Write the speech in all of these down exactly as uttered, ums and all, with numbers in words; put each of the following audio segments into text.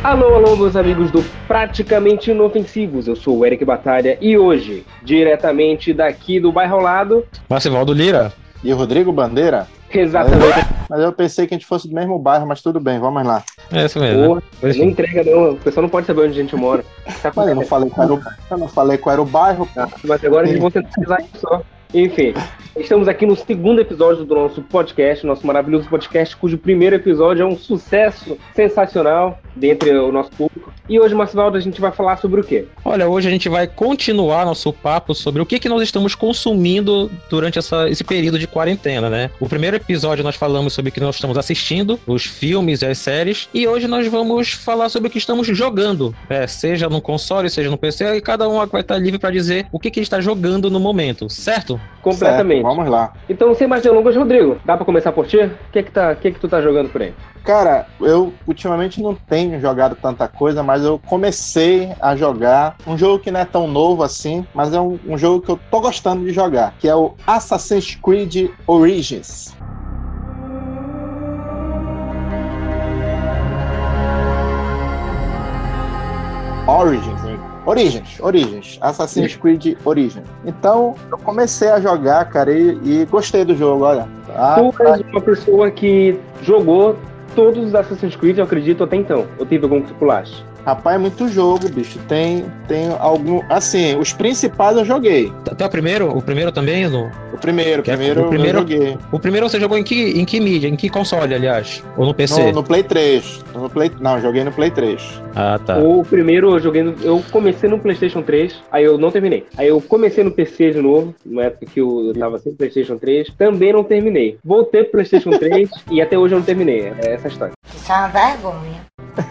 Alô, alô, meus amigos do Praticamente Inofensivos, eu sou o Eric Batalha e hoje, diretamente daqui do Bairro ao Lado... Marcivaldo Lira. E o Rodrigo Bandeira. Exatamente. Mas eu pensei que a gente fosse do mesmo bairro, mas tudo bem, vamos lá. É isso mesmo. Porra, não entrega não, o pessoal não pode saber onde a gente mora. Tá mas eu não, falei qual era o, eu não falei qual era o bairro. Ah, mas agora eles vão centralizar isso só. Enfim, estamos aqui no segundo episódio do nosso podcast, nosso maravilhoso podcast, cujo primeiro episódio é um sucesso sensacional dentre o nosso público. E hoje, Marcivaldo, a gente vai falar sobre o quê? Olha, hoje a gente vai continuar nosso papo sobre o que, que nós estamos consumindo durante essa, esse período de quarentena, né? O primeiro episódio nós falamos sobre o que nós estamos assistindo, os filmes e as séries, e hoje nós vamos falar sobre o que estamos jogando, é, seja no console, seja no P C, e cada um vai estar livre para dizer o que, que ele está jogando no momento, certo? Completamente. Certo, vamos lá. Então, sem mais delongas, Rodrigo, dá pra começar por ti? O que que, tá, que que tu tá jogando por aí? Cara, eu ultimamente não tenho jogado tanta coisa, mas eu comecei a jogar um jogo que não é tão novo assim, mas é um, um jogo que eu tô gostando de jogar, que é o Assassin's Creed Origins. Origins, hein? Origins, Origins, Assassin's Creed Origins. Então, eu comecei a jogar, cara, e, e gostei do jogo, olha. Ah, tu és uma pessoa que jogou todos os Assassin's Creed, eu acredito, até então. Ou teve algum que tu pulaste? Rapaz, é muito jogo, bicho. Tem, tem algum... Assim, os principais eu joguei. Até o primeiro? O primeiro também? No... O primeiro, o primeiro, o primeiro eu joguei. O primeiro você jogou em que, em que mídia? Em que console, aliás? Ou no P C? No, no Play três. No Play... Não, joguei no Play três. Ah, tá. O primeiro eu joguei no... Eu comecei no PlayStation três, aí eu não terminei. Aí eu comecei no P C de novo, na época que eu tava sem PlayStation três, também não terminei. Voltei pro PlayStation três e até hoje eu não terminei. É essa a história. Isso é uma vergonha.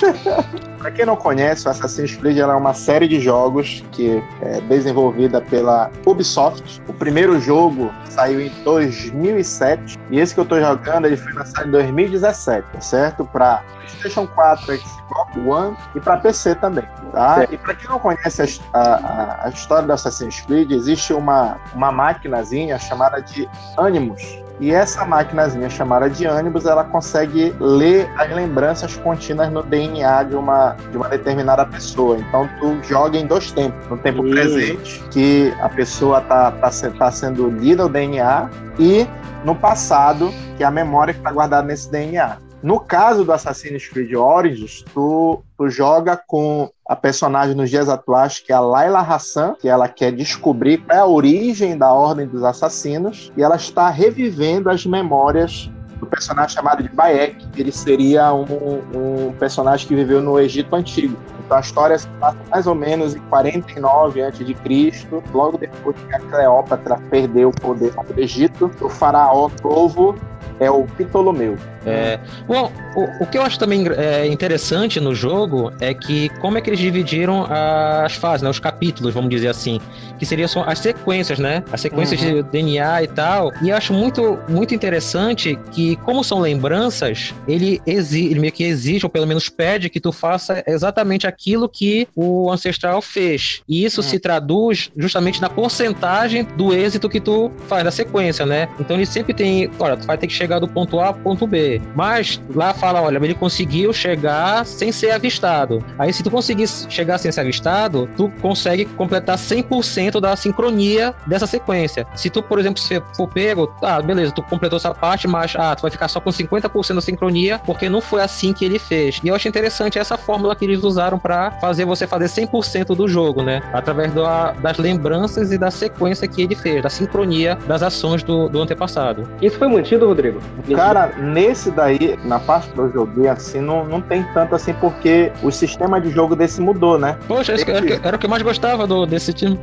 Pra quem não conhece, o Assassin's Creed é uma série de jogos que é desenvolvida pela Ubisoft. O primeiro jogo saiu em dois mil e sete e esse que eu tô jogando ele foi lançado em dois mil e dezessete, certo? Pra PlayStation quatro, Xbox One e pra P C também, tá? E pra quem não conhece a, a, a história do Assassin's Creed, existe uma, uma maquinazinha chamada de Animus. E essa maquinazinha chamada de Animus, ela consegue ler as lembranças contidas no D N A de uma, de uma determinada pessoa. Então, tu joga em dois tempos. No tempo presente, que a pessoa tá, tá, tá sendo lida o D N A, e no passado, que é a memória que está guardada nesse D N A. No caso do Assassin's Creed Origins, tu, tu joga com a personagem nos dias atuais, que é a Layla Hassan, que ela quer descobrir qual é a origem da Ordem dos Assassinos, e ela está revivendo as memórias do personagem chamado de Bayek. Ele seria um, um personagem que viveu no Egito Antigo. Então a história se passa mais ou menos em quarenta e nove antes de Cristo, logo depois que a Cleópatra perdeu o poder do Egito. O faraó novo é o Ptolomeu. É, bom, o, o que eu acho também é, interessante no jogo é que como é que eles dividiram as fases, né, os capítulos, vamos dizer assim, que seriam só as sequências, né, as sequências uhum. de D N A e tal, e eu acho muito, muito interessante que, como são lembranças, ele, exige, ele meio que exige, ou pelo menos pede, que tu faça exatamente aquilo que o ancestral fez, e isso uhum. se traduz justamente na porcentagem do êxito que tu faz na sequência, né, então ele sempre tem, olha, tu vai ter que chegar do ponto A ao ponto B, mas lá fala, olha, ele conseguiu chegar sem ser avistado. Aí se tu conseguir chegar sem ser avistado, tu consegue completar cem por cento da sincronia dessa sequência. Se tu, por exemplo, se for pego, ah, beleza, tu completou essa parte, mas ah, tu vai ficar só com cinquenta por cento da sincronia, porque não foi assim que ele fez. E eu achei interessante essa fórmula que eles usaram pra fazer você fazer cem por cento do jogo, né? Através do, das lembranças e da sequência que ele fez, da sincronia das ações do, do antepassado. Isso foi mantido, Rodrigo? Cara, nesse daí, na parte que eu joguei, assim, não, não tem tanto assim, porque o sistema de jogo desse mudou, né? Poxa, esse, era, era o que eu mais gostava do, desse time.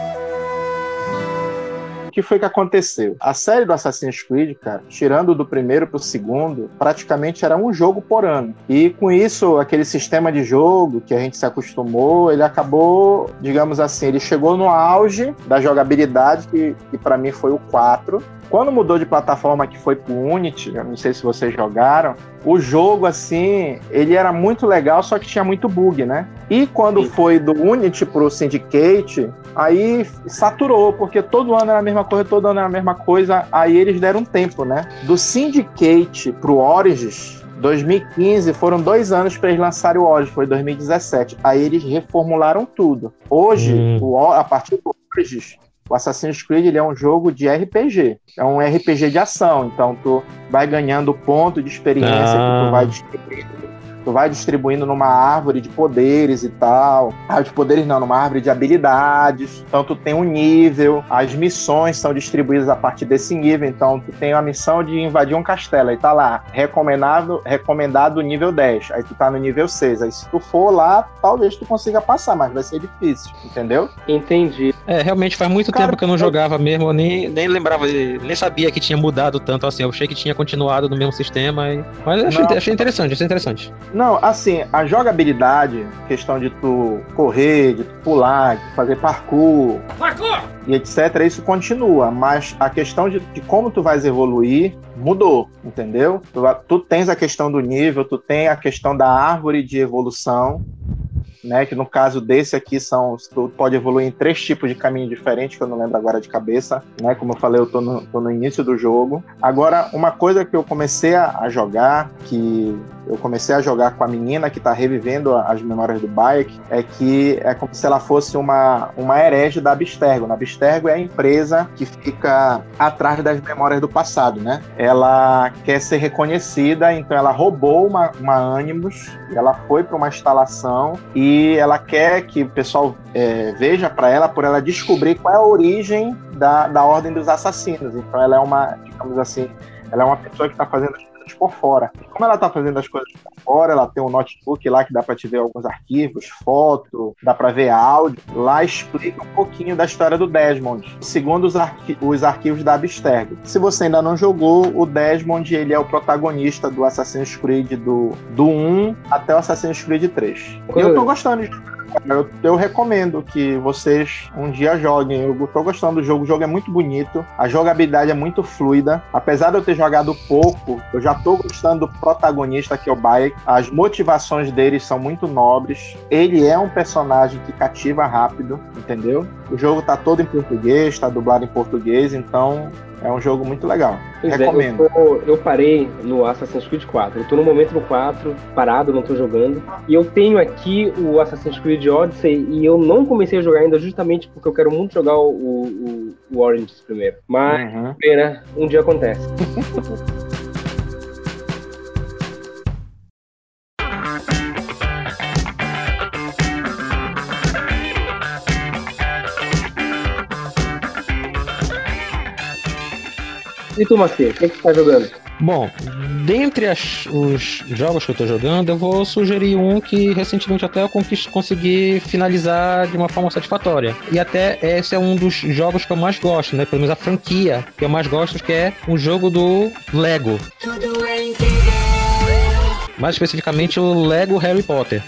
O que foi que aconteceu? A série do Assassin's Creed, cara, tirando do primeiro pro segundo, praticamente era um jogo por ano. E com isso, aquele sistema de jogo que a gente se acostumou, ele acabou, digamos assim, ele chegou no auge da jogabilidade, que, que para mim foi o quatro. Quando mudou de plataforma, que foi pro Unity, eu não sei se vocês jogaram, o jogo, assim, ele era muito legal, só que tinha muito bug, né? E quando Sim. foi do Unity pro Syndicate, aí saturou, porque todo ano era a mesma coisa, todo ano era a mesma coisa, aí eles deram um tempo, né? Do Syndicate pro Origins, dois mil e quinze foram dois anos para eles lançarem o Origins, foi dois mil e dezessete. Aí eles reformularam tudo. Hoje, hum. o, a partir do Origins, o Assassin's Creed ele é um jogo de R P G. É um R P G de ação. Então tu vai ganhando ponto de experiência ah. que tu vai distribuindo. Tu vai distribuindo numa árvore de poderes e tal. Ah, de poderes não, numa árvore de habilidades. Então tu tem um nível. As missões são distribuídas a partir desse nível. Então tu tem a missão de invadir um castelo. Aí tá lá, recomendado, recomendado nível dez. Aí tu tá no nível seis. Aí se tu for lá, talvez tu consiga passar, mas vai ser difícil. Entendeu? Entendi. É, realmente faz muito Cara, tempo que eu não eu... jogava mesmo. Eu nem, nem lembrava, nem sabia que tinha mudado tanto assim. Eu achei que tinha continuado no mesmo sistema. E... Mas eu achei, achei interessante, achei interessante. Não, assim, a jogabilidade, questão de tu correr, de tu pular, de fazer parkour, parkour! E etcétera, isso continua, mas a questão de, de como tu vais evoluir mudou, entendeu? Tu, tu tens a questão do nível, tu tem a questão da árvore de evolução, né, que no caso desse aqui são, tu pode evoluir em três tipos de caminho diferentes, que eu não lembro agora de cabeça, né, como eu falei, eu tô no, tô no início do jogo. Agora, uma coisa que eu comecei a, a jogar, que eu comecei a jogar com a menina que tá revivendo as memórias do Bayek, é que é como se ela fosse uma, uma herege da Abstergo. A Abstergo é a empresa que fica atrás das memórias do passado, né? Ela quer ser reconhecida, então ela roubou uma, uma Animus, ela foi para uma instalação e ela quer que o pessoal é, veja para ela, por ela descobrir qual é a origem da, da Ordem dos Assassinos. Então ela é uma, digamos assim, ela é uma pessoa que está fazendo as coisas por fora. Como ela está fazendo as coisas por fora, ela tem um notebook lá que dá para te ver alguns arquivos, foto, dá para ver áudio. Lá explica um pouquinho da história do Desmond, segundo os, arqui- os arquivos da Abstergo. Se você ainda não jogou, o Desmond ele é o protagonista do Assassin's Creed do, do um até o Assassin's Creed três. E eu tô gostando de jogar. Eu, eu recomendo que vocês um dia joguem. Eu tô gostando do jogo, o jogo é muito bonito, a jogabilidade é muito fluida. Apesar de eu ter jogado pouco, eu já tô gostando do protagonista, que é o Bayek. As motivações dele são muito nobres. Ele é um personagem que cativa rápido, entendeu? O jogo tá todo em português, tá dublado em português, então é um jogo muito legal. Pois Recomendo. É, eu, tô, eu parei no Assassin's Creed quatro. Eu tô no momento no quatro, parado, não tô jogando. E eu tenho aqui o Assassin's Creed Odyssey e eu não comecei a jogar ainda justamente porque eu quero muito jogar o, o, o Origins primeiro. Mas, uhum. né, um dia acontece. E tu, Macia, o que, é que tu tá jogando? Bom, dentre as, os jogos que eu tô jogando, eu vou sugerir um que recentemente até eu conquist, consegui finalizar de uma forma satisfatória. E até esse é um dos jogos que eu mais gosto, né? Pelo menos a franquia que eu mais gosto, que é um jogo do Lego. Mais especificamente o Lego Harry Potter.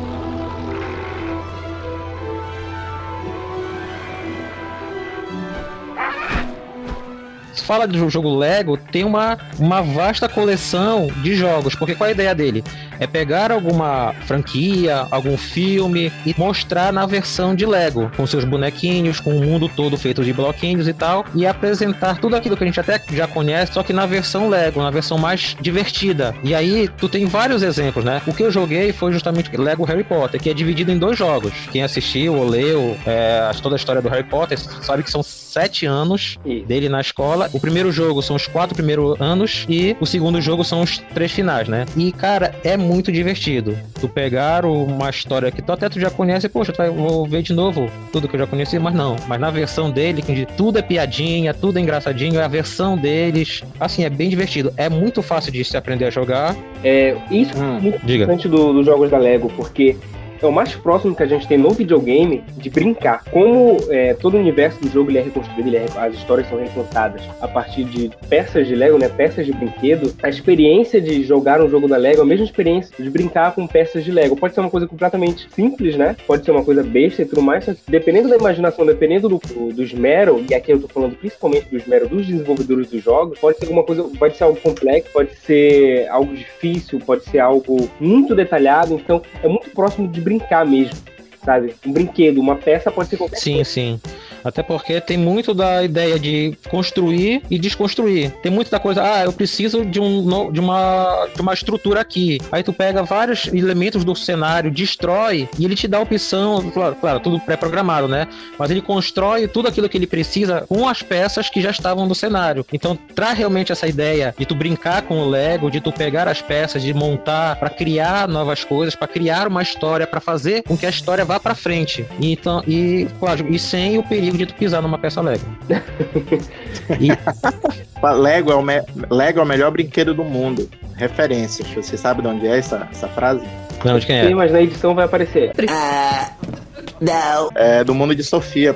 Fala do jogo Lego, tem uma, uma vasta coleção de jogos, porque qual é a ideia dele? É pegar alguma franquia, algum filme e mostrar na versão de Lego, com seus bonequinhos, com o mundo todo feito de bloquinhos e tal, e apresentar tudo aquilo que a gente até já conhece, só que na versão Lego, na versão mais divertida. E aí, tu tem vários exemplos, né? O que eu joguei foi justamente Lego Harry Potter, que é dividido em dois jogos. Quem assistiu ou leu é, toda a história do Harry Potter sabe que são sete anos dele na escola. O primeiro jogo são os quatro primeiros anos e o segundo jogo são os três finais, né? E, cara, é muito divertido. Tu pegar uma história que tu até tu já conhece, poxa, tu vou ver de novo tudo que eu já conheci, mas não. Mas na versão dele, que tudo é piadinha, tudo é engraçadinho, é a versão deles. Assim, é bem divertido. É muito fácil de se aprender a jogar. É, isso hum, é muito interessante dos do jogos da Lego, porque é o mais próximo que a gente tem no videogame de brincar. Como é, todo o universo do jogo ele é reconstruído, ele é, as histórias são recontadas a partir de peças de Lego, né, peças de brinquedo, a experiência de jogar um jogo da Lego é a mesma experiência de brincar com peças de Lego. Pode ser uma coisa completamente simples, né? Pode ser uma coisa besta e tudo mais, dependendo da imaginação, dependendo do, do esmero, e aqui eu tô falando principalmente do esmero dos desenvolvedores dos jogos, pode ser alguma coisa, pode ser algo complexo, pode ser algo difícil, pode ser algo muito detalhado, então é muito próximo de brincar mesmo, sabe? Um brinquedo, uma peça pode ser qualquer sim, coisa. Sim, sim. Até porque tem muito da ideia de construir e desconstruir. Tem muito da coisa, ah, eu preciso de, um, de, uma, de uma estrutura aqui. Aí tu pega vários elementos do cenário, destrói, e ele te dá a opção, claro, claro tudo pré-programado, né? Mas ele constrói tudo aquilo que ele precisa com as peças que já estavam no cenário. Então traz realmente essa ideia de tu brincar com o Lego, de tu pegar as peças, de montar, para criar novas coisas, para criar uma história, para fazer com que a história vá para frente. E, então, e, claro, e sem o perigo de tu pisar numa peça Lego. e... Lego, é o me... Lego é o melhor brinquedo do mundo. Referências. Você sabe de onde é essa, essa frase? Não, de quem é? Sim, mas na edição vai aparecer. Ah, não. É do mundo de Sofia.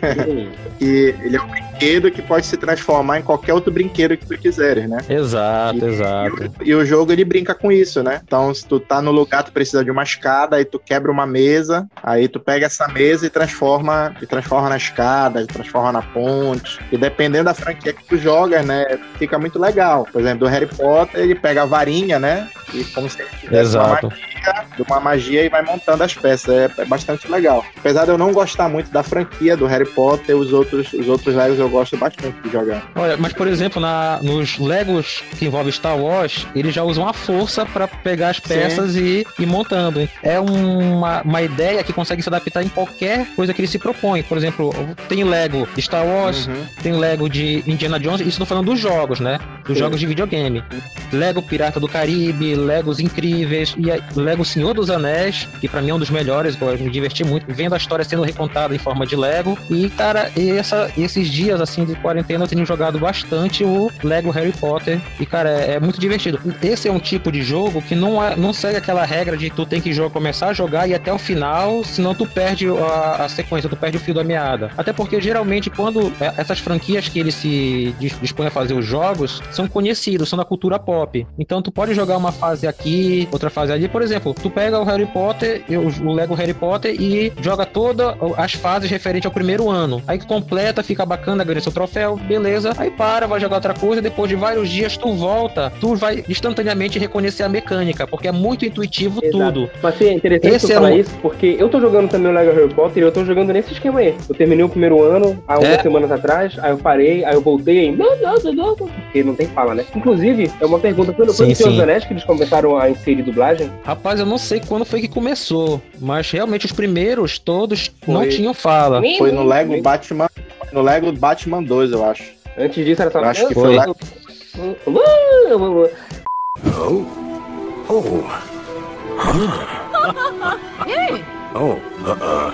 E ele é um brinquedo que pode se transformar em qualquer outro brinquedo que tu quiseres, né? Exato, e, exato. E, e o jogo, ele brinca com isso, né? Então, se tu tá no lugar, tu precisa de uma escada, aí tu quebra uma mesa, aí tu pega essa mesa e transforma, e transforma na escada, e transforma na ponte. E dependendo da franquia que tu joga, né? Fica muito legal. Por exemplo, do Harry Potter, ele pega a varinha, né? E como se ele tivesse uma magia, de uma magia e vai montando as peças. É, é bastante legal. Apesar de eu não gostar muito da franquia do Harry Potter, os outros, os outros Legos eu gosto bastante de jogar. Olha, mas por exemplo, na, nos Legos que envolvem Star Wars, eles já usam a força para pegar as peças e ir montando. É uma, uma ideia que consegue se adaptar em qualquer coisa que ele se propõe. Por exemplo, tem Lego de Star Wars, uhum. tem Lego de Indiana Jones, isso estou falando dos jogos, né? Dos Sim. jogos de videogame. Lego Pirata do Caribe, Legos Incríveis e Lego Senhor dos Anéis, que pra mim é um dos melhores, eu me diverti muito vendo a história sendo recontada em forma de Lego. E, cara, essa, esses dias, assim, de quarentena, eu tenho jogado bastante o Lego Harry Potter. E, cara, é, é muito divertido. Esse é um tipo de jogo que não, é, não segue aquela regra de tu tem que jogar, começar a jogar e ir até o final, senão tu perde a, a sequência, tu perde o fio da meada. Até porque, geralmente, quando essas franquias que ele se dispõe a fazer os jogos são conhecidos, são da cultura pop. Então, tu pode jogar uma fase aqui, outra fase ali. Por exemplo, tu pega o Harry Potter, o Lego Harry Potter e joga todas as fases referentes ao primeiro ano. Aí completa, fica bacana, ganha seu troféu, beleza. Aí para, vai jogar outra coisa, depois de vários dias tu volta, tu vai instantaneamente reconhecer a mecânica, porque é muito intuitivo Exato. tudo. Mas é interessante Esse tu falar um... isso, porque eu tô jogando também o Lego Harry Potter e eu tô jogando nesse esquema aí. Eu terminei o primeiro ano, há umas é. semanas atrás, aí eu parei, aí eu voltei, aí não, não, não, não, porque não tem fala, né? Inclusive, é uma pergunta, foi no Senhor dos Anéis que eles começaram a inserir dublagem? Rapaz, eu não sei quando foi que começou, mas realmente os primeiros todos foi. não tinham fala. Foi no Lego Batman, no Lego Batman dois, eu acho. Antes disso era só... Eu acho que foi lá. Oh. Oh. Oh. Uh-uh.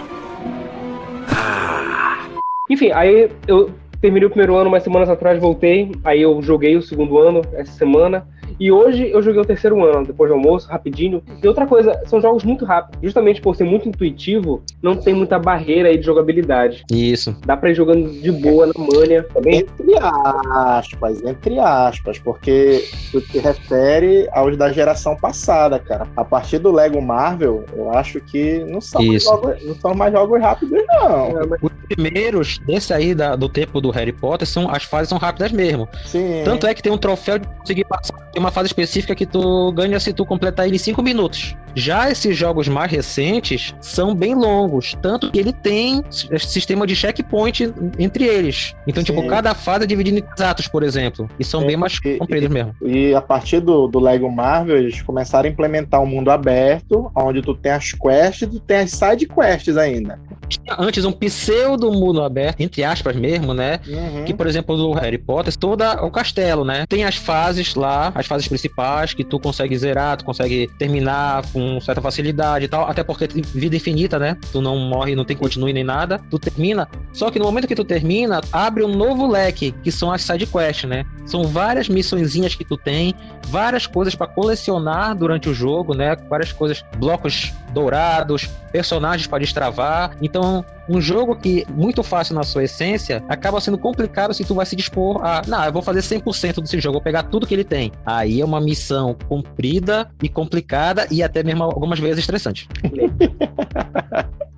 Enfim, aí eu terminei o primeiro ano, umas semanas atrás voltei, aí eu joguei o segundo ano essa semana. E hoje eu joguei o terceiro ano, depois do almoço, rapidinho. E outra coisa, são jogos muito rápidos. Justamente por ser muito intuitivo, não tem muita barreira aí de jogabilidade. Isso. Dá pra ir jogando de boa, na manha. Tá bem? Entre aspas, entre aspas. Porque tu te refere aos da geração passada, cara. A partir do Lego Marvel, eu acho que não são, mais jogos, não são mais jogos rápidos, não. É, mas... Os primeiros, desse aí da, do tempo do Harry Potter, são, as fases são rápidas mesmo. Sim. Tanto é que tem um troféu de conseguir passar. Tem uma fase específica que tu ganha se tu completar ele em cinco minutos. Já esses jogos mais recentes são bem longos, tanto que ele tem sistema de checkpoint entre eles. Então, Sim. tipo, cada fase é dividida em exatos, por exemplo. E são é, bem mais e, compridos e, mesmo. E a partir do, do Lego Marvel, eles começaram a implementar um mundo aberto, onde tu tem as quests e tu tem as side quests ainda. Tinha antes um pseudo mundo aberto, entre aspas mesmo, né? Uhum. Que, por exemplo, do Harry Potter, todo o castelo, né? Tem as fases lá, as fases principais, que tu consegue zerar, tu consegue terminar com certa facilidade e tal, até porque vida infinita, né? Tu não morre, não tem continue nem nada, tu termina. Só que no momento que tu termina, abre um novo leque, que são as side quests, né? São várias missõezinhas que tu tem, várias coisas pra colecionar durante o jogo, né? Várias coisas, blocos dourados, personagens pra destravar. Então, um jogo que muito fácil na sua essência, acaba sendo complicado se tu vai se dispor a, não, eu vou fazer cem por cento desse jogo, vou pegar tudo que ele tem. Aí é uma missão comprida e complicada e até mesmo algumas vezes estressante.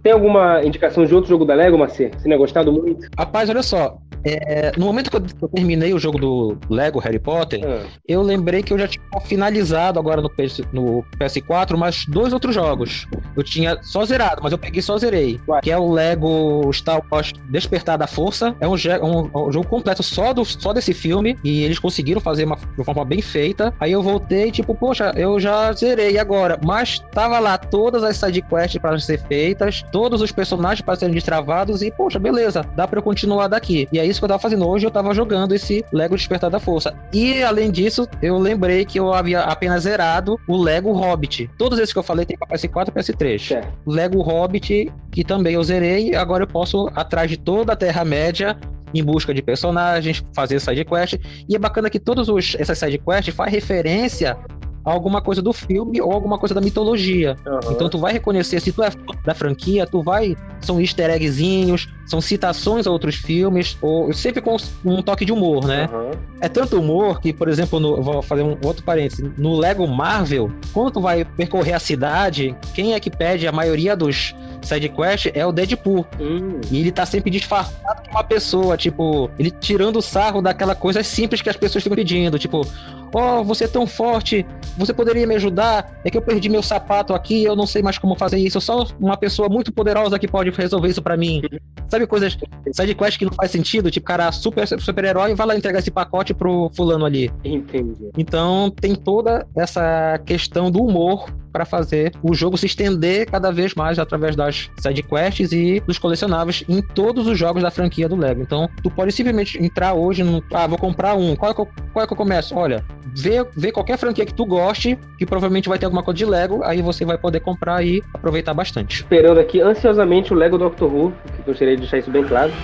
Tem alguma indicação de outro jogo da Lego, Marcelo? Você não é gostado muito? Rapaz, olha só. É, no momento que eu, que eu terminei o jogo do Lego Harry Potter, Ah. eu lembrei que eu já tinha finalizado agora no, P S, no P S quatro, mas dois outros jogos. Eu tinha só zerado, mas eu peguei e só zerei. Ué. Que é o Lego Star Wars Despertar da Força. É um, ge- um- um jogo completo só, do, só desse filme. E eles conseguiram fazer uma, de uma forma bem feita. Aí eu voltei, tipo, poxa, eu já zerei agora. Mas tava lá todas as sidequests para ser feitas, todos os personagens para serem destravados. E, poxa, beleza, dá pra eu continuar daqui. E é isso que eu tava fazendo hoje. Eu tava jogando esse Lego Despertar da Força. E, além disso, eu lembrei que eu havia apenas zerado o Lego Hobbit. Todos esses que eu falei tem pra P S quatro e P S três. Certo. O Lego Hobbit, que também eu zerei, agora eu posso atrás de toda a Terra-média em busca de personagens, fazer sidequest. E é bacana que todas os, essas sidequests fazem referência a alguma coisa do filme ou alguma coisa da mitologia. Uhum. Então tu vai reconhecer, se tu é fã da franquia, tu vai... São easter eggzinhos, são citações a outros filmes, ou sempre com um toque de humor, né? Uhum. É tanto humor que, por exemplo, no, vou fazer um outro parênteses, no Lego Marvel, quando tu vai percorrer a cidade, quem é que pede a maioria dos sidequests é o Deadpool. Hum. E ele tá sempre disfarçado de uma pessoa, tipo, ele tirando o sarro daquela coisa simples que as pessoas ficam pedindo, tipo, oh, você é tão forte, você poderia me ajudar? É que eu perdi meu sapato aqui, eu não sei mais como fazer isso, só uma pessoa muito poderosa que pode resolver isso pra mim. Sabe coisas, sidequest que não faz sentido? Tipo, cara, super, super-herói, vai lá entregar esse pacote pro fulano ali. Entendi. Então tem toda essa questão do humor para fazer o jogo se estender cada vez mais através das sidequests e dos colecionáveis em todos os jogos da franquia do Lego. Então tu pode simplesmente entrar hoje no... Ah, vou comprar um. Qual é que eu, qual é que eu começo? Olha, vê, vê qualquer franquia que tu goste, que provavelmente vai ter alguma coisa de Lego, aí você vai poder comprar e aproveitar bastante. Esperando aqui ansiosamente o Lego Doctor Who, que eu gostaria de deixar isso bem claro.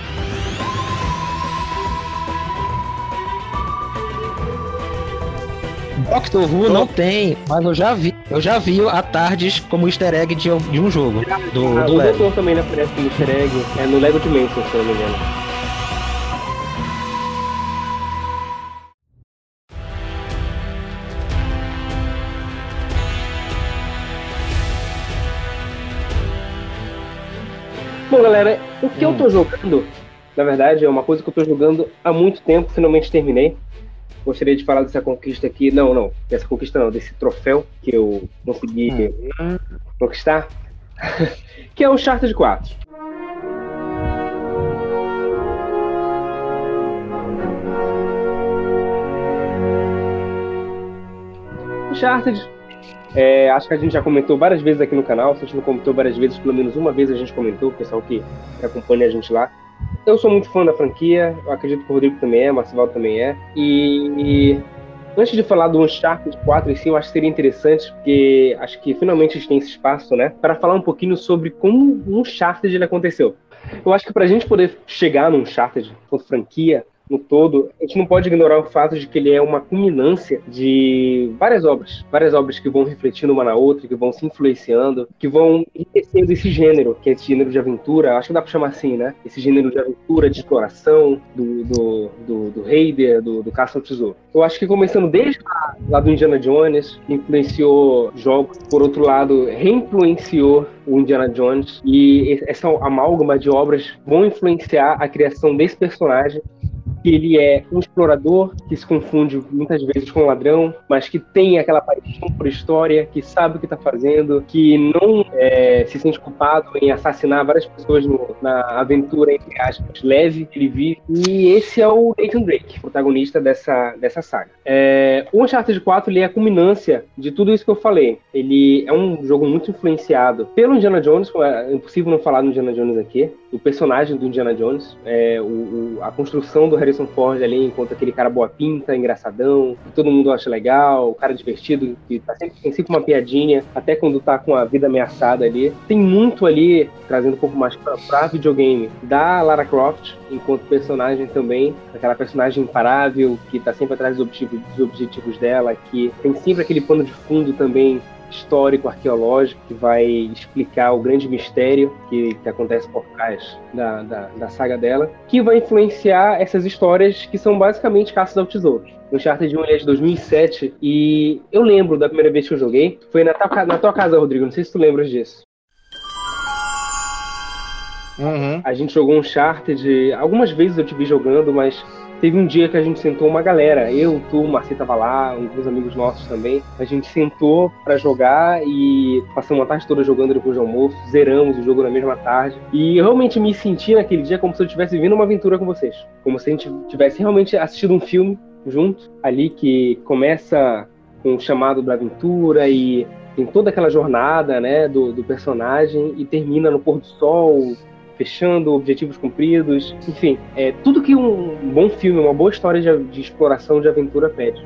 Doctor Who não tem, mas eu já vi. Eu já vi a Tardes como easter egg de, de um jogo do, Ah, do o Lego. Doutor também né, aparece como easter egg, é no Lego Dimension, se eu não me engano. Bom, galera, o que eu tô jogando, na verdade, é uma coisa que eu tô jogando há muito tempo, finalmente terminei. Gostaria de falar dessa conquista aqui, não, não, dessa conquista não, desse troféu que eu consegui hum. conquistar, que é o Uncharted quatro. Uncharted, é, acho que a gente já comentou várias vezes aqui no canal, se a gente não comentou várias vezes, pelo menos uma vez a gente comentou, o pessoal que acompanha a gente lá. Eu sou muito fã da franquia, eu acredito que o Rodrigo também é, o Marcivaldo também é. E antes de falar do Uncharted quatro em si, eu acho que seria interessante, porque acho que finalmente a gente tem esse espaço, né, para falar um pouquinho sobre como o Uncharted ele aconteceu. Eu acho que pra gente poder chegar no Uncharted, com franquia, no todo, a gente não pode ignorar o fato de que ele é uma culminância de várias obras, várias obras que vão refletindo uma na outra, que vão se influenciando, que vão enriquecendo esse gênero, que é esse gênero de aventura, acho que dá pra chamar assim, né? Esse gênero de aventura, de exploração, do, do, do, do Raider, do, do caça ao tesouro. Eu acho que começando desde lá, lá do Indiana Jones, influenciou jogos, por outro lado, reinfluenciou o Indiana Jones, e essa amálgama de obras vão influenciar a criação desse personagem, que ele é um explorador que se confunde muitas vezes com um ladrão, mas que tem aquela paixão por história, que sabe o que está fazendo, que não é, se sente culpado em assassinar várias pessoas no, na aventura, entre aspas, leve que ele vive. E esse é o Nathan Drake, protagonista dessa, dessa saga. É, o Uncharted quatro ele é a culminância de tudo isso que eu falei. Ele é um jogo muito influenciado pelo Indiana Jones, é impossível não falar do Indiana Jones aqui, o personagem do Indiana Jones, é, o, o, a construção do Harrison Ford ali, enquanto aquele cara boa pinta, engraçadão, que todo mundo acha legal, o cara divertido, que tá sempre, tem sempre uma piadinha, até quando tá com a vida ameaçada ali. Tem muito ali, trazendo um pouco mais pra, pra videogame, da Lara Croft, enquanto personagem também, aquela personagem imparável, que tá sempre atrás dos objetivos, dos objetivos dela, que tem sempre aquele pano de fundo também, histórico, arqueológico, que vai explicar o grande mistério que, que acontece por trás da, da, da saga dela, que vai influenciar essas histórias que são basicamente caças ao tesouro. O Uncharted um ele é de dois mil e sete e eu lembro da primeira vez que eu joguei, foi na tua, na tua casa, Rodrigo, não sei se tu lembras disso. Uhum. A gente jogou Uncharted, algumas vezes eu te vi jogando, mas teve um dia que a gente sentou uma galera, eu, tu, o Marci tava lá, alguns amigos nossos também, a gente sentou pra jogar e passamos uma tarde toda jogando depois do almoço, zeramos o jogo na mesma tarde, e eu realmente me senti naquele dia como se eu estivesse vivendo uma aventura com vocês, como se a gente tivesse realmente assistido um filme junto, ali que começa com o chamado da aventura e tem toda aquela jornada, né, do, do personagem e termina no pôr do sol, fechando, objetivos cumpridos, enfim, é tudo que um bom filme, uma boa história de, de exploração, de aventura pede.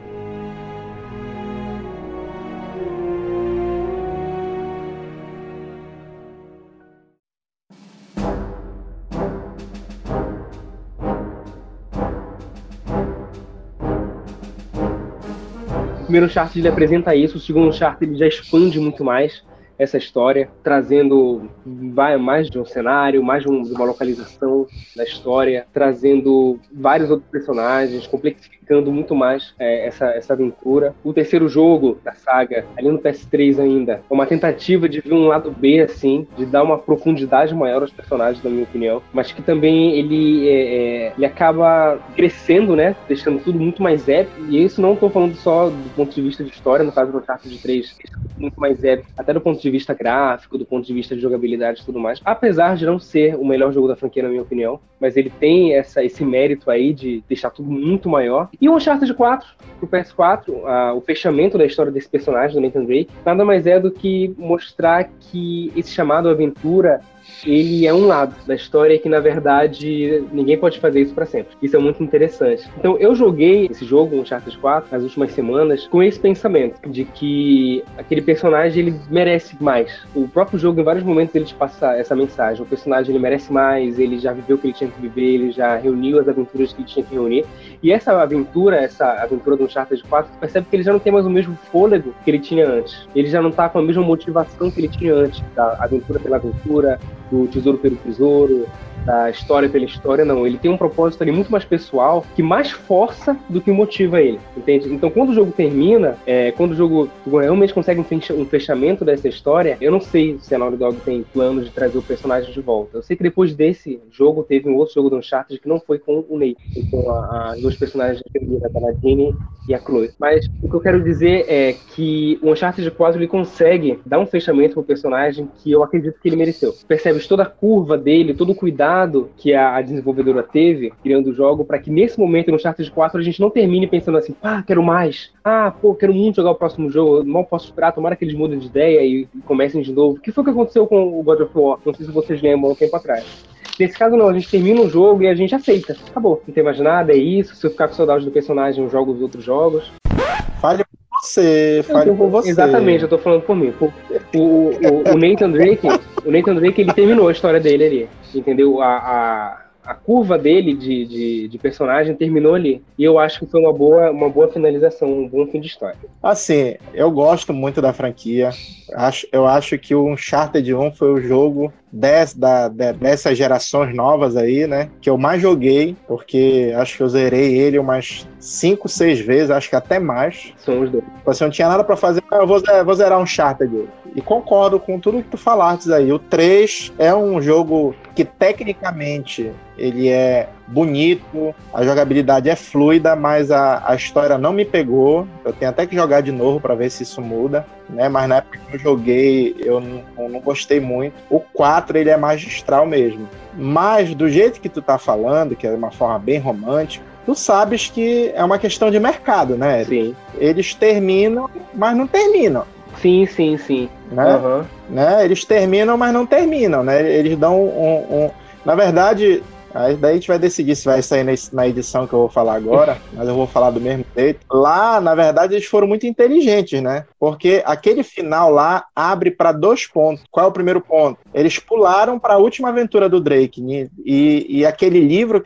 O primeiro Uncharted ele apresenta isso, o segundo Uncharted ele já expande muito mais essa história, trazendo vai, mais de um cenário, mais de, um, de uma localização da história, trazendo vários outros personagens, complexificando muito mais é, essa, essa aventura. O terceiro jogo da saga, ali no P S três ainda, é uma tentativa de ver um lado B, assim, de dar uma profundidade maior aos personagens, na minha opinião, mas que também ele, é, é, ele acaba crescendo, né, deixando tudo muito mais épico, e isso não estou falando só do ponto de vista de história, no caso do Uncharted três, muito mais épico, até do ponto de vista gráfico, do ponto de vista de jogabilidade e tudo mais, apesar de não ser o melhor jogo da franquia, na minha opinião, mas ele tem essa, esse mérito aí de deixar tudo muito maior. E o Uncharted quatro, pro P S quatro, uh, o fechamento da história desse personagem, do Nathan Drake, nada mais é do que mostrar que esse chamado aventura, ele é um lado da história que, na verdade, ninguém pode fazer isso pra sempre. Isso é muito interessante. Então, eu joguei esse jogo, Uncharted quatro, nas últimas semanas, com esse pensamento de que aquele personagem, ele merece mais. O próprio jogo, em vários momentos, ele te passa essa mensagem. O personagem, ele merece mais, ele já viveu o que ele tinha que viver, ele já reuniu as aventuras que ele tinha que reunir. E essa aventura, essa aventura do Uncharted quatro, você percebe que ele já não tem mais o mesmo fôlego que ele tinha antes. Ele já não tá com a mesma motivação que ele tinha antes, da aventura pela aventura, do tesouro pelo tesouro, da história pela história, não. Ele tem um propósito ali muito mais pessoal, que mais força do que motiva ele, entende? Então, quando o jogo termina, é, quando o jogo realmente consegue um fechamento dessa história, eu não sei se a Naughty Dog tem planos de trazer o personagem de volta. Eu sei que depois desse jogo, teve um outro jogo do Uncharted que não foi com o Nate, com as duas personagens da Nadine e a Chloe. Mas o que eu quero dizer é que o Uncharted quatro ele consegue dar um fechamento pro personagem que eu acredito que ele mereceu. Percebes toda a curva dele, todo o cuidado que a desenvolvedora teve criando o jogo, para que nesse momento no Uncharted quatro a gente não termine pensando assim, pá, quero mais, ah, pô, quero muito jogar o próximo jogo, não posso esperar, tomara que eles mudem de ideia e comecem de novo. O que foi que aconteceu com o God of War? Não sei se vocês lembram, um tempo atrás. Nesse caso não, a gente termina um jogo e a gente aceita, acabou, não tem mais nada, é isso. Se eu ficar com saudade do personagem, eu jogo os outros jogos. Fale por você, fale por você. Exatamente, eu tô falando por mim. O, o, o, o Nathan Drake, o Nathan Drake, ele terminou a história dele ali, entendeu? A, a, a curva dele de, de, de personagem terminou ali. E eu acho que foi uma boa, uma boa finalização, um bom fim de história. Assim, eu gosto muito da franquia. Acho, eu acho que o Uncharted um foi o jogo Des, da, de, dessas gerações novas aí, né, que eu mais joguei, porque acho que eu zerei ele umas cinco, seis vezes, acho que até mais. São os dois. Você não tinha nada pra fazer, ah, eu vou, vou zerar um Uncharted. E concordo com tudo que tu falaste aí. O três é um jogo que tecnicamente ele é bonito, a jogabilidade é fluida, mas a, a história não me pegou. Eu tenho até que jogar de novo pra ver se isso muda, né? Mas na época que eu joguei, eu não, eu não gostei muito. O quatro, ele é magistral mesmo. Mas do jeito que tu tá falando, que é de uma forma bem romântica, tu sabes que é uma questão de mercado, né? Sim. Eles terminam, mas não terminam. Sim, sim, sim. Né? Uhum. Né? Eles terminam, mas não terminam, né? Eles dão um... um... Na verdade... Aí daí a gente vai decidir se vai sair na edição que eu vou falar agora, mas eu vou falar do mesmo jeito. Lá, na verdade, eles foram muito inteligentes, né? Porque aquele final lá abre para dois pontos. Qual é o primeiro ponto? Eles pularam para a última aventura do Drake. E, e aquele livro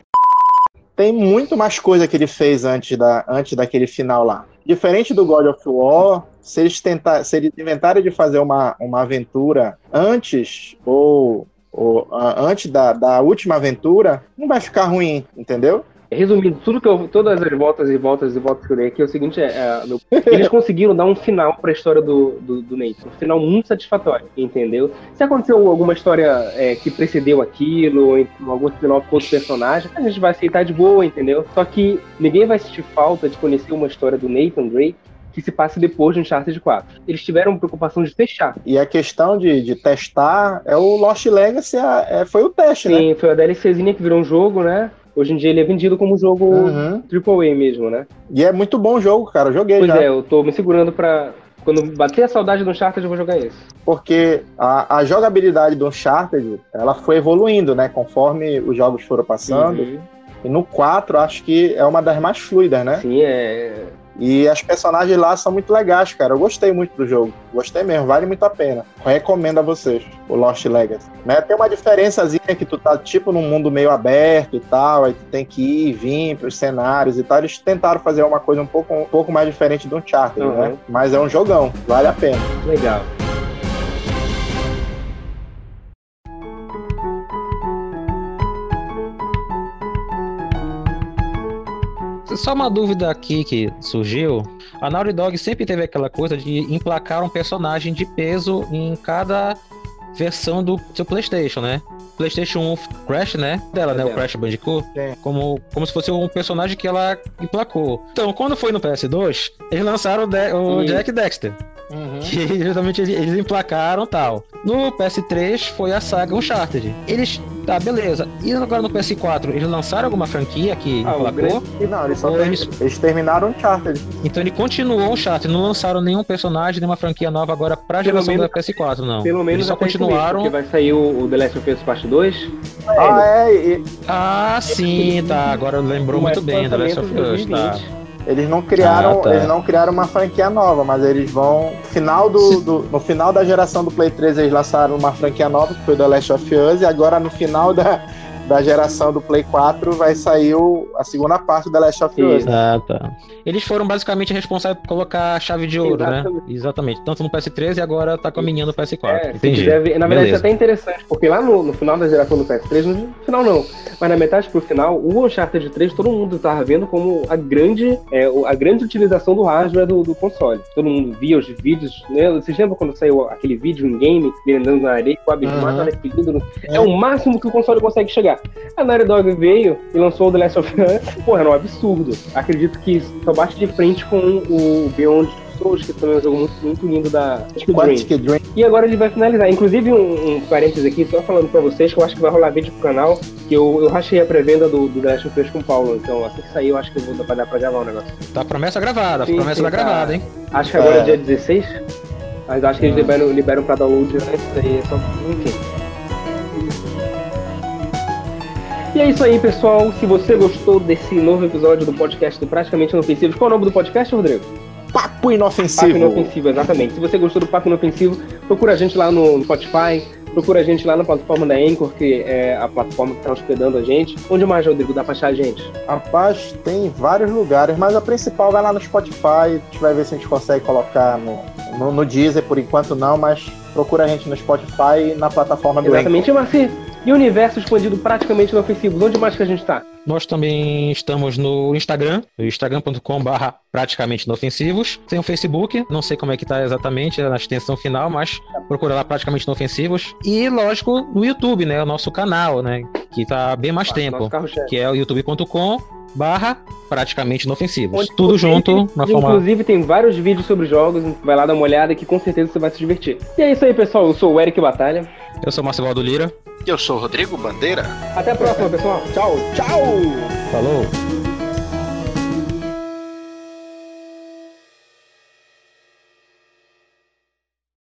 tem muito mais coisa que ele fez antes, da, antes daquele final lá. Diferente do God of War, se eles, tentar, se eles inventarem de fazer uma, uma aventura antes ou... Ou, uh, antes da, da última aventura, não vai ficar ruim, entendeu? Resumindo, tudo que eu, todas as voltas e voltas e voltas que eu dei aqui é o seguinte, é, é, meu, eles conseguiram dar um final pra história do, do, do Nathan, um final muito satisfatório, entendeu? Se aconteceu alguma história é, que precedeu aquilo, ou algum spin-off com outro personagem, a gente vai aceitar de boa, entendeu? Só que ninguém vai sentir falta de conhecer uma história do Nathan Drake que se passe depois de Uncharted quatro. Eles tiveram preocupação de fechar. E a questão de, de testar é o Lost Legacy, é, foi o teste, Sim, né? Sim, foi a DLCzinha que virou um jogo, né? Hoje em dia ele é vendido como jogo uhum. Triple A mesmo, né? E é muito bom o jogo, cara. Eu joguei pois já. Pois é, eu tô me segurando pra... Quando bater a saudade do Uncharted, eu vou jogar esse. Porque a, a jogabilidade do Uncharted, ela foi evoluindo, né? Conforme os jogos foram passando. Uhum. E no quatro, acho que é uma das mais fluidas, né? Sim, é... E as personagens lá são muito legais, cara. Eu gostei muito do jogo. Gostei mesmo, vale muito a pena. Recomendo a vocês o Lost Legacy. Né? Tem uma diferençazinha que tu tá tipo num mundo meio aberto e tal, aí tu tem que ir e vir pros cenários e tal. Eles tentaram fazer uma coisa um pouco, um pouco mais diferente do Uncharted, uhum. né? Mas é um jogão, vale a pena. Legal. Só uma dúvida aqui que surgiu. A Naughty Dog sempre teve aquela coisa de emplacar um personagem de peso em cada versão do seu PlayStation, né? PlayStation um Crash, né? Dela, é né? Dela. O Crash Bandicoot. É. Como, como se fosse um personagem que ela emplacou. Então, quando foi no P S dois, eles lançaram o, de- o Jack Dexter. Uhum. Que justamente eles emplacaram e tal. No P S três foi a saga Uncharted. Eles... Tá, beleza. E agora no P S quatro, eles lançaram alguma franquia que ah, emplacou? Não, eles, só ter... eles... eles terminaram o Uncharted. Então ele continuou o Uncharted, não lançaram nenhum personagem, nenhuma franquia nova agora pra geração menos, da P S quatro, não. Pelo menos eles só continuaram... Porque vai sair o, o The Last of Us Part dois. Ah, é? E... Ah, sim, tá. Agora lembrou muito bem The Last of Us, tá. Eles não criaram, ah, tá. eles não criaram uma franquia nova, mas eles vão... Final do, do, no final da geração do Play três, eles lançaram uma franquia nova, que foi The Last of Us, e agora no final da, da geração do Play quatro vai sair o, a segunda parte do The Last of Us. Ah, tá. Eles foram basicamente responsáveis por colocar a chave de ouro, exatamente. né? Exatamente. Tanto no P S três e agora tá caminhando no P S quatro. É, entendi. Quiser, na verdade, isso é até interessante, porque lá no, no final da geração do P S três, no final não, mas na metade pro final, o Uncharted três, todo mundo tava vendo como a grande, é, a grande utilização do hardware do, do console. Todo mundo via os vídeos, né? Vocês lembram quando saiu aquele vídeo em game, ele andando na areia, com a abismado, uhum. olha que lindo. É. é o máximo que o console consegue chegar. A Naughty Dog veio e lançou o The Last of Us, porra, era um absurdo. Acredito que só bate de frente com o Beyond Souls, que também é um jogo muito, muito lindo da Quantic Dream. E agora ele vai finalizar. Inclusive, um, um parênteses aqui, só falando pra vocês, que eu acho que vai rolar vídeo pro canal, que eu, eu rachei a pré-venda do, do The Last of Us com o Paulo, então assim que sair eu acho que eu vou dar pra gravar o negócio. Tá promessa gravada, sim, promessa sim, tá gravada, hein? Acho que agora é, é dia dezesseis, mas acho que eles liberam, liberam pra download antes, aí é só... Enfim. E é isso aí, pessoal. Se você gostou desse novo episódio do podcast do Praticamente Inofensivo, qual é o nome do podcast, Rodrigo? Papo Inofensivo. Papo Inofensivo, exatamente. Se você gostou do Papo Inofensivo, procura a gente lá no Spotify, procura a gente lá na plataforma da Anchor, que é a plataforma que está hospedando a gente. Onde mais, Rodrigo, dá pra achar a gente? Rapaz, tem vários lugares, mas a principal vai lá no Spotify. A gente vai ver se a gente consegue colocar no, no, no Deezer, por enquanto não, mas procura a gente no Spotify e na plataforma do Anchor. Exatamente, Marci. E o universo expandido Praticamente Inofensivos, onde mais que a gente tá? Nós também estamos no Instagram, instagram ponto com barra praticamente inofensivos. Tem o Facebook, não sei como é que tá exatamente na extensão final, mas procura lá Praticamente Inofensivos. E, lógico, no YouTube, né? O nosso canal, né? Que tá bem mais ah, tempo. Que é o youtube ponto com barra praticamente inofensivos. Onde tudo junto, na forma... Inclusive tem vários vídeos sobre jogos, vai lá dar uma olhada que com certeza você vai se divertir. E é isso aí, pessoal. Eu sou o Eric Batalha. Eu sou o Marcelo Lira. Eu sou o Rodrigo Bandeira. Até a próxima, pessoal. Tchau. Tchau. Falou.